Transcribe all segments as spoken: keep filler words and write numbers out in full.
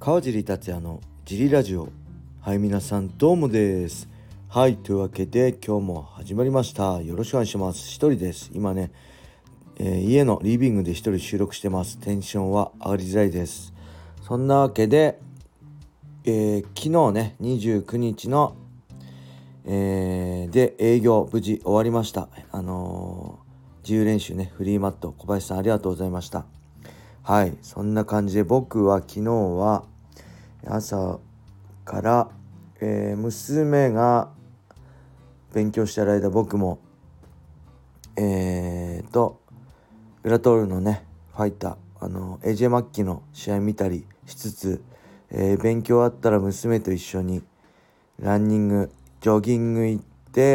川尻達也のジリラジオ。はい、皆さんどうもです。はい、というわけで今日も始まりました。よろしくお願いします。一人です。今ね、えー、家のリビングで一人収録してます。テンションは上がりづらいです。そんなわけで、えー、昨日ねにじゅうくにちの、えー、で営業無事終わりました。あのー、自由練習ね、フリーマット、小林さんありがとうございました。はい、そんな感じで僕は昨日は朝から、えー、娘が勉強してる間、僕もえーとグラトールのねファイター、あの エージェー マッキーの試合見たりしつつ、えー、勉強あったら娘と一緒にランニングジョギング行って、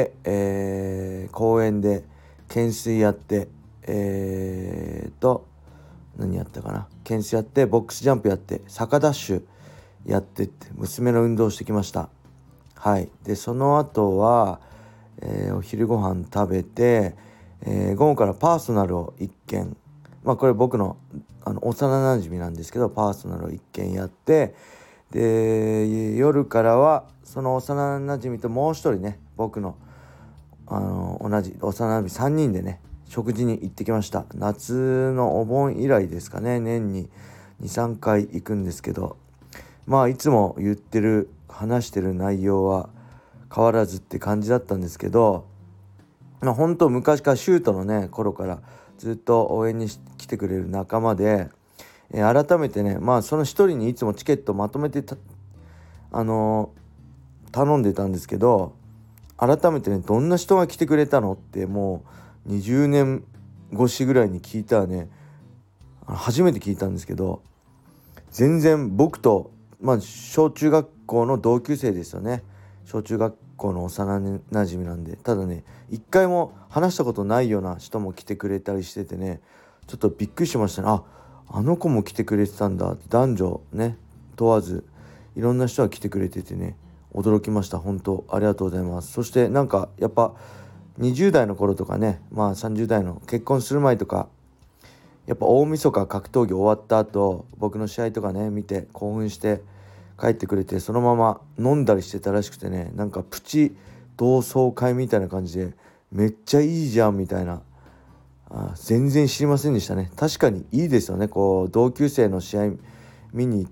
えー、公園で懸垂やって、えーと何やったかな懸垂やって、ボックスジャンプやって、坂ダッシュやってって娘の運動してきました。はい。でその後は、えー、お昼ご飯食べて、えー、午後からパーソナルを一件、まあこれ僕のあの幼なじみなんですけど、パーソナルを一件やって、で夜からはその幼なじみともう一人ね、僕のあの同じ幼なじみさんにんでね食事に行ってきました。夏のお盆以来ですかね。年に に,さん 回行くんですけど、まあいつも言ってる話してる内容は変わらずって感じだったんですけど、まあ、本当昔からシュートのね頃からずっと応援に来てくれる仲間で、えー、改めてね、まあその一人にいつもチケットまとめてたあのー、頼んでたんですけど、改めてねどんな人が来てくれたのってもうにじゅうねん越しぐらいに聞いたらね、初めて聞いたんですけど、全然僕とまあ小中学校の同級生ですよね。小中学校の幼なじみなんで、ただね一回も話したことないような人も来てくれたりしててね、ちょっとびっくりしましたね。あ、あの子も来てくれてたんだって、男女ね問わずいろんな人が来てくれててね、驚きました。本当ありがとうございます。そしてなんかやっぱにじゅう代の頃とかね、まあさんじゅう代の結婚する前とか、やっぱ大晦日格闘技終わった後、僕の試合とかね見て興奮して帰ってくれて、そのまま飲んだりしてたらしくてね、なんかプチ同窓会みたいな感じで、めっちゃいいじゃんみたいな。あ、全然知りませんでしたね。確かにいいですよね。こう同級生の試合見に行って、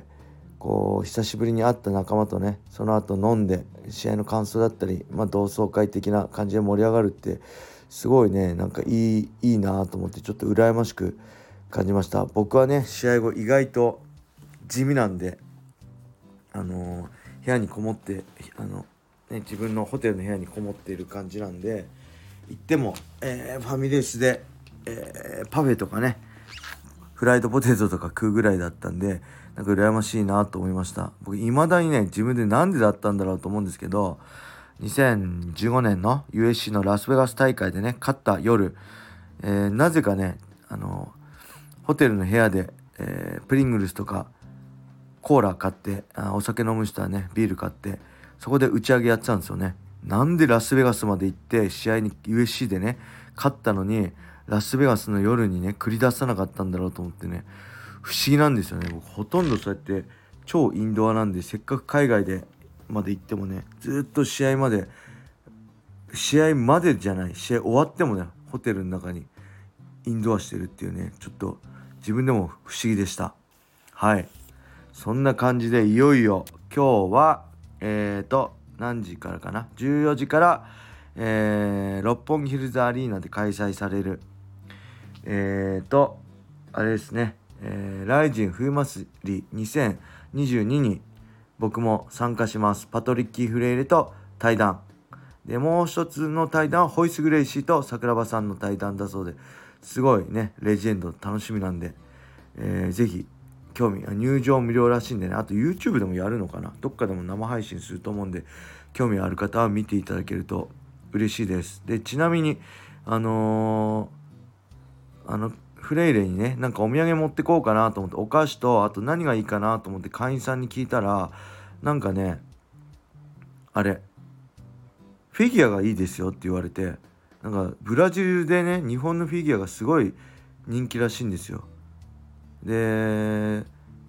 こう久しぶりに会った仲間とねその後飲んで試合の感想だったり、まあ、同窓会的な感じで盛り上がるって、すごいねなんかいいいいなと思って、ちょっと羨ましく感じました。僕はね試合後意外と地味なんで、あのー部屋にこもってあの、ね、自分のホテルの部屋にこもっている感じなんで、行っても、えーファミレスで、えーパフェとかねフライドポテトとか食うぐらいだったんで、なんか羨ましいなと思いました。僕未だにね自分でなんでだったんだろうと思うんですけど、にせんじゅうごねんの ユーエフシー のラスベガス大会でね勝った夜、えーなぜかねあのホテルの部屋で、えープリングルスとかコーラ買って、あお酒飲む人はねビール買って、そこで打ち上げやってたんですよね。なんでラスベガスまで行って試合に ユーエフシー でね勝ったのに、ラスベガスの夜にね繰り出さなかったんだろうと思ってね、不思議なんですよね。僕ほとんどそうやって超インドアなんで、せっかく海外でまで行ってもね、ずっと試合まで試合までじゃない試合終わってもねホテルの中にインドアしてるっていうね、ちょっと自分でも不思議でした。はい、そんな感じでいよいよ今日はえーと何時からかな、じゅうよじから、えー、六本木ヒルズアリーナで開催されるえーとあれですね、えー、ライジン冬祭りにせんにじゅうにに僕も参加します。パトリッキー・フレイレと対談で、もう一つの対談はホイス・グレイシーと桜庭さんの対談だそうで、すごいねレジェンド楽しみなんで、えー、ぜひ興味、入場無料らしいんでね、あと YouTube でもやるのかな、どっかでも生配信すると思うんで、興味ある方は見ていただけると嬉しいです。でちなみにあのー、あのフレイレにねなんかお土産持ってこうかなと思って、お菓子とあと何がいいかなと思って会員さんに聞いたら、なんかねあれフィギュアがいいですよって言われて、なんかブラジルでね日本のフィギュアがすごい人気らしいんですよ。で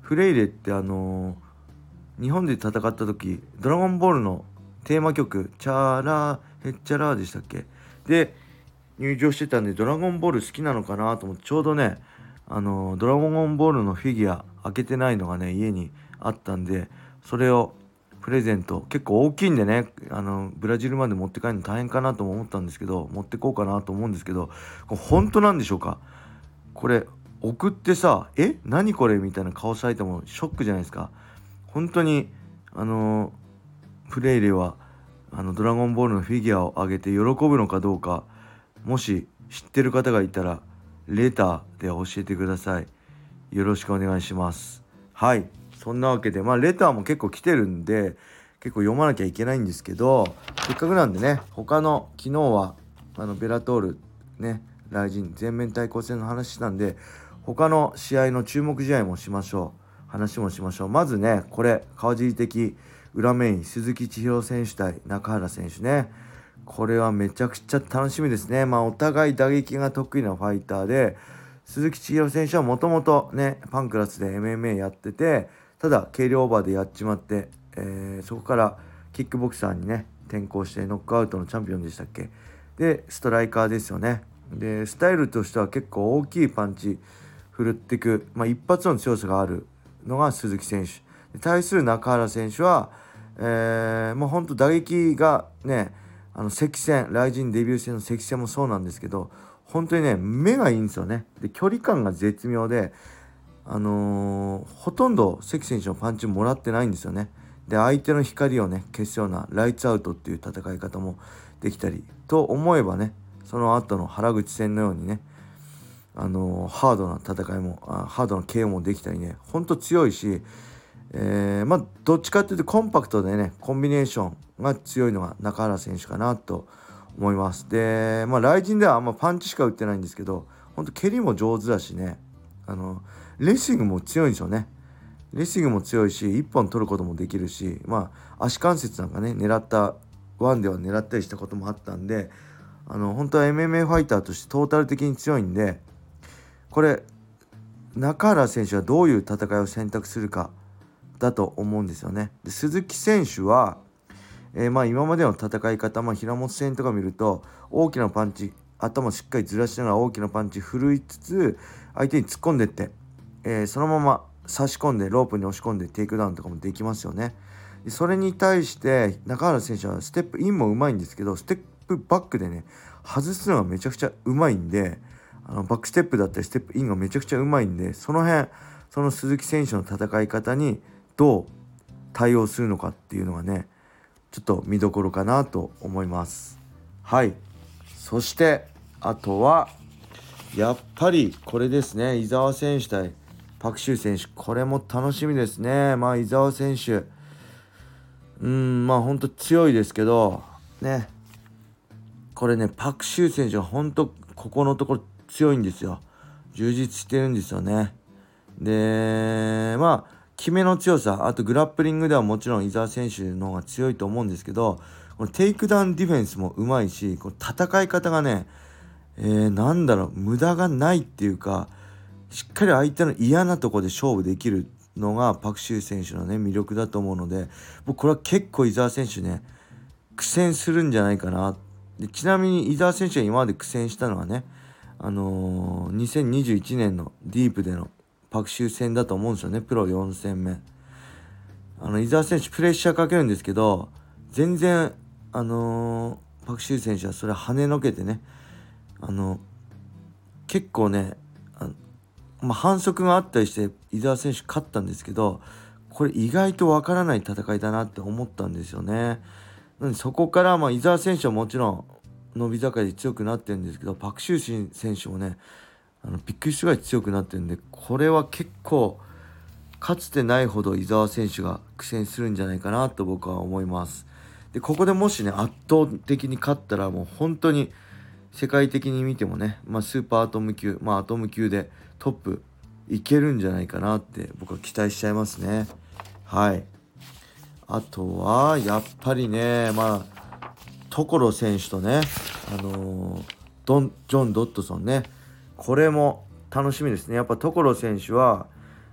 フレイレってあのー、日本で戦った時ドラゴンボールのテーマ曲チャラヘッチャラでしたっけで入場してたんで、ドラゴンボール好きなのかなと思って、ちょうどねあのドラゴンボールのフィギュア開けてないのがね家にあったんで、それをプレゼント、結構大きいんでね、あのブラジルまで持って帰るの大変かなとも思ったんですけど、持ってこうかなと思うんですけど、これ本当なんでしょうか。これ送ってさ、え何これみたいな顔されてもショックじゃないですか。本当にあのプレイレはあのドラゴンボールのフィギュアをあげて喜ぶのかどうか、もし知ってる方がいたらレターで教えてください。よろしくお願いします。はい、そんなわけでまあレターも結構来てるんで結構読まなきゃいけないんですけど、せっかくなんでね、他の昨日はあのベラトールねライジン全面対抗戦の話したんで、他の試合の注目試合もしましょう。話もしましょう。まずね、これ川尻的裏メイン鈴木千尋選手対中原選手ね、これはめちゃくちゃ楽しみですね。まあお互い打撃が得意なファイターで、鈴木千尋選手はもともとねパンクラスで エムエムエー やってて、ただ軽量オーバーでやっちまって、えー、そこからキックボクサーにね転向してノックアウトのチャンピオンでしたっけ。でストライカーですよね。でスタイルとしては結構大きいパンチ振るっていく、まあ、一発の強さがあるのが鈴木選手で、対する中原選手は、えー、もうほんと打撃がね、あの赤戦ライジンデビュー戦の赤戦もそうなんですけど、本当にね目がいいんですよね。で距離感が絶妙で、あのー、ほとんど関選手のパンチもらってないんですよね。で相手の光をね消すようなライツアウトっていう戦い方もできたりと思えばね、その後の原口戦のようにね、あのー、ハードな戦いもあハードな ケーオー もできたりね、ほんと強いし、えー、まあどっちかっていうとコンパクトでねコンビネーションが強いのが中原選手かなと思います。でまあライジンではあんまパンチしか打ってないんですけど、ほんと蹴りも上手だしね、あのレスリングも強いんですよね。レスリングも強いしいっぽん取ることもできるし、まあ足関節なんかね狙ったワンでは狙ったりしたこともあったんで、あの本当は エムエムエー ファイターとしてトータル的に強いんで、これ中原選手はどういう戦いを選択するかだと思うんですよね。で鈴木選手は、えー、まあ今までの戦い方、まあ、平本戦とか見ると大きなパンチ、頭しっかりずらしながら大きなパンチ振るいつつ相手に突っ込んでって、えー、そのまま差し込んでロープに押し込んでテイクダウンとかもできますよね。でそれに対して中原選手はステップインもうまいんですけど、ステップバックでね外すのがめちゃくちゃうまいんで、あのバックステップだったりステップインがめちゃくちゃうまいんで、その辺その鈴木選手の戦い方にどう対応するのかっていうのがねちょっと見どころかなと思います。はい、そしてあとはやっぱりこれですね、伊沢選手対パクシュウ選手、これも楽しみですね。まあ伊沢選手うーんまあほんと強いですけどね、これねパクシュウ選手はほんとここのところ強いんですよ。充実してるんですよね。でまあ決めの強さ、あとグラップリングではもちろん伊沢選手の方が強いと思うんですけど、このテイクダウンディフェンスもうまいし、この戦い方がね、えー、なんだろう無駄がないっていうか、しっかり相手の嫌なところで勝負できるのがパクシュウ選手のね魅力だと思うので、僕これは結構伊沢選手ね苦戦するんじゃないかな。でちなみに伊沢選手が今まで苦戦したのはね、あのー、にせんにじゅういちねんのディープでのパクシュウ戦だと思うんですよね。プロよん戦目、あの伊沢選手プレッシャーかけるんですけど、全然あのー、パクシュウ選手はそれ跳ねのけてね、あの結構ねあ、まあ、反則があったりして伊沢選手勝ったんですけど、これ意外とわからない戦いだなって思ったんですよね。なのでそこからまあ伊沢選手はもちろん伸び盛りで強くなってるんですけど、パクシュウ選手もねあのびっくりするぐらい強くなってるんで、これは結構かつてないほど伊沢選手が苦戦するんじゃないかなと僕は思います。でここでもしね圧倒的に勝ったらもう本当に世界的に見てもね、まあ、スーパーアトム級、まあアトム級でトップいけるんじゃないかなって僕は期待しちゃいますね。はい、あとはやっぱりね、まあ所選手とね、あのー、ドンジョン・ドットソンね、これも楽しみですね。やっぱ所選手は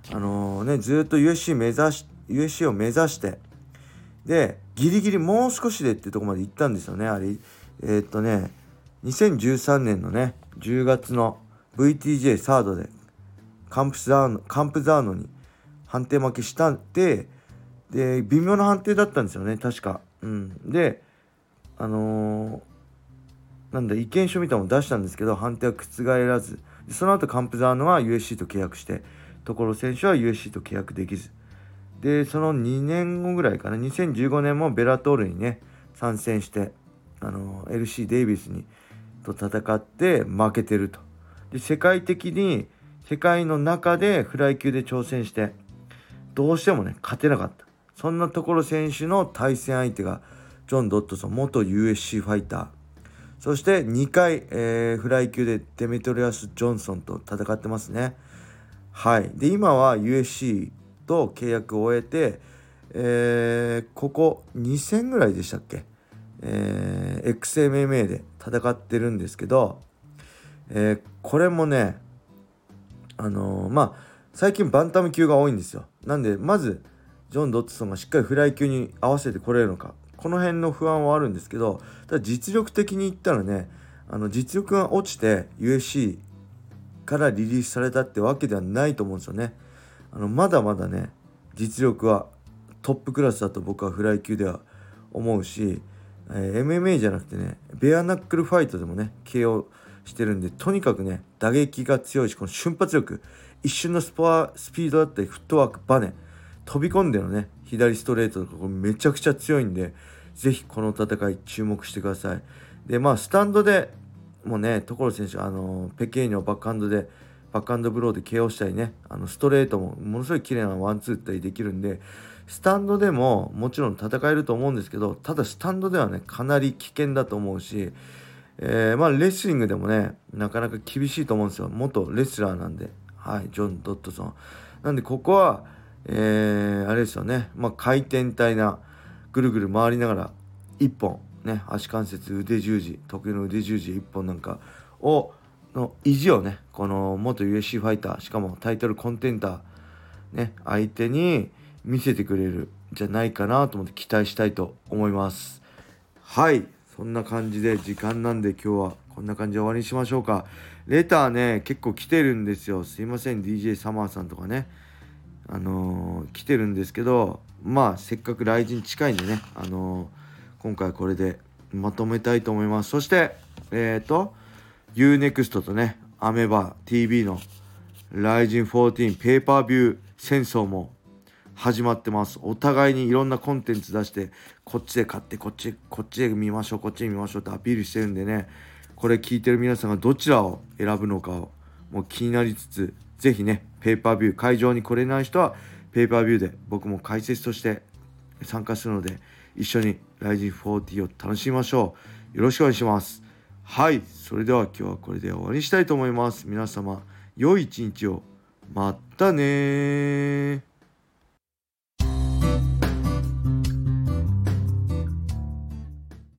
あのー、ねずっと ユーエフシー 目指し ユーエフシー を目指してでギリギリもう少しでっていうところまで行ったんですよね。あれえー、っとねにせんじゅうさんねんのねじゅうがつの ブイティージェー サードでカンプザーノカンプザーノに判定負けしたんでで微妙な判定だったんですよね確か。うん、であのー、なんだ意見書みたいなのを出したんですけど判定は覆らず、その後カンプザーノは ユーエフシー と契約して所選手は ユーエフシー と契約できずでそのにねんごぐらいかなにせんじゅうごねんもベラトールにね参戦してあの エルシー デイビスにと戦って負けてると。で世界的に世界の中でフライ級で挑戦してどうしてもね勝てなかった。そんなところ選手の対戦相手がジョン・ドットソン元 ユーエフシー ファイター、そしてにかい、えー、フライ級でデメトリアス・ジョンソンと戦ってますね。はいで今は ユーエフシー と契約を終えて、えー、ここに戦ぐらいでしたっけ、えー、エックスエムエムエー で戦ってるんですけど、えー、これもねあのー、まあ最近バンタム級が多いんですよ。なんでまずジョン・ドットソンがしっかりフライ級に合わせてこれるのか、この辺の不安はあるんですけど、ただ実力的に言ったらねあの実力が落ちて ユーエフシー からリリースされたってわけではないと思うんですよね。あのまだまだね実力はトップクラスだと僕はフライ級では思うし、えー、エムエムエー じゃなくてねベアナックルファイトでもね ケーオー してるんで、とにかくね打撃が強いし、この瞬発力、一瞬のスパスピードだったりフットワーク、バネ飛び込んでのね左ストレートとかこれめちゃくちゃ強いんで、ぜひこの戦い注目してください。でまあスタンドでもうね所選手あのペケーニョをバックハンドでバックハンドブローで ケーオー したりね、あのストレートもものすごい綺麗なワンツー打ったりできるんで、スタンドでももちろん戦えると思うんですけど、ただスタンドではねかなり危険だと思うし、えー、まあレスリングでもねなかなか厳しいと思うんですよ。元レスラーなんで、はい、ジョン・ドットソンなんで、ここは、えー、あれですよね、まあ回転体なぐるぐる回りながら一本ね足関節腕十字得意の腕十字一本なんかをの意地をねこの元 ユーエフシー ファイター、しかもタイトルコンテンターね相手に見せてくれるんじゃないかなと思って期待したいと思います。はい、そんな感じで時間なんで今日はこんな感じで終わりにしましょうか。レターね結構来てるんですよ。すいません ディージェー サマーさんとかねあのー、来てるんですけど、まあせっかく来日近いんでね、あのー、今回これでまとめたいと思います。そしてえっ、ー、と ユーネクスト とねアメバ ティービー のライジンじゅうよんペーパービュー戦争も始まってます。お互いにいろんなコンテンツ出してこっちで買ってこっちこっちで見ましょうこっちで見ましょうってアピールしてるんでね、これ聞いてる皆さんがどちらを選ぶのかをもう気になりつつ、ぜひねペーパービュー会場に来れない人はペーパービューで僕も解説として参加するので一緒にライジンじゅうよんを楽しみましょう。よろしくお願いします。はい、それでは今日はこれで終わりにしたいと思います。皆様良い一日を。またねー。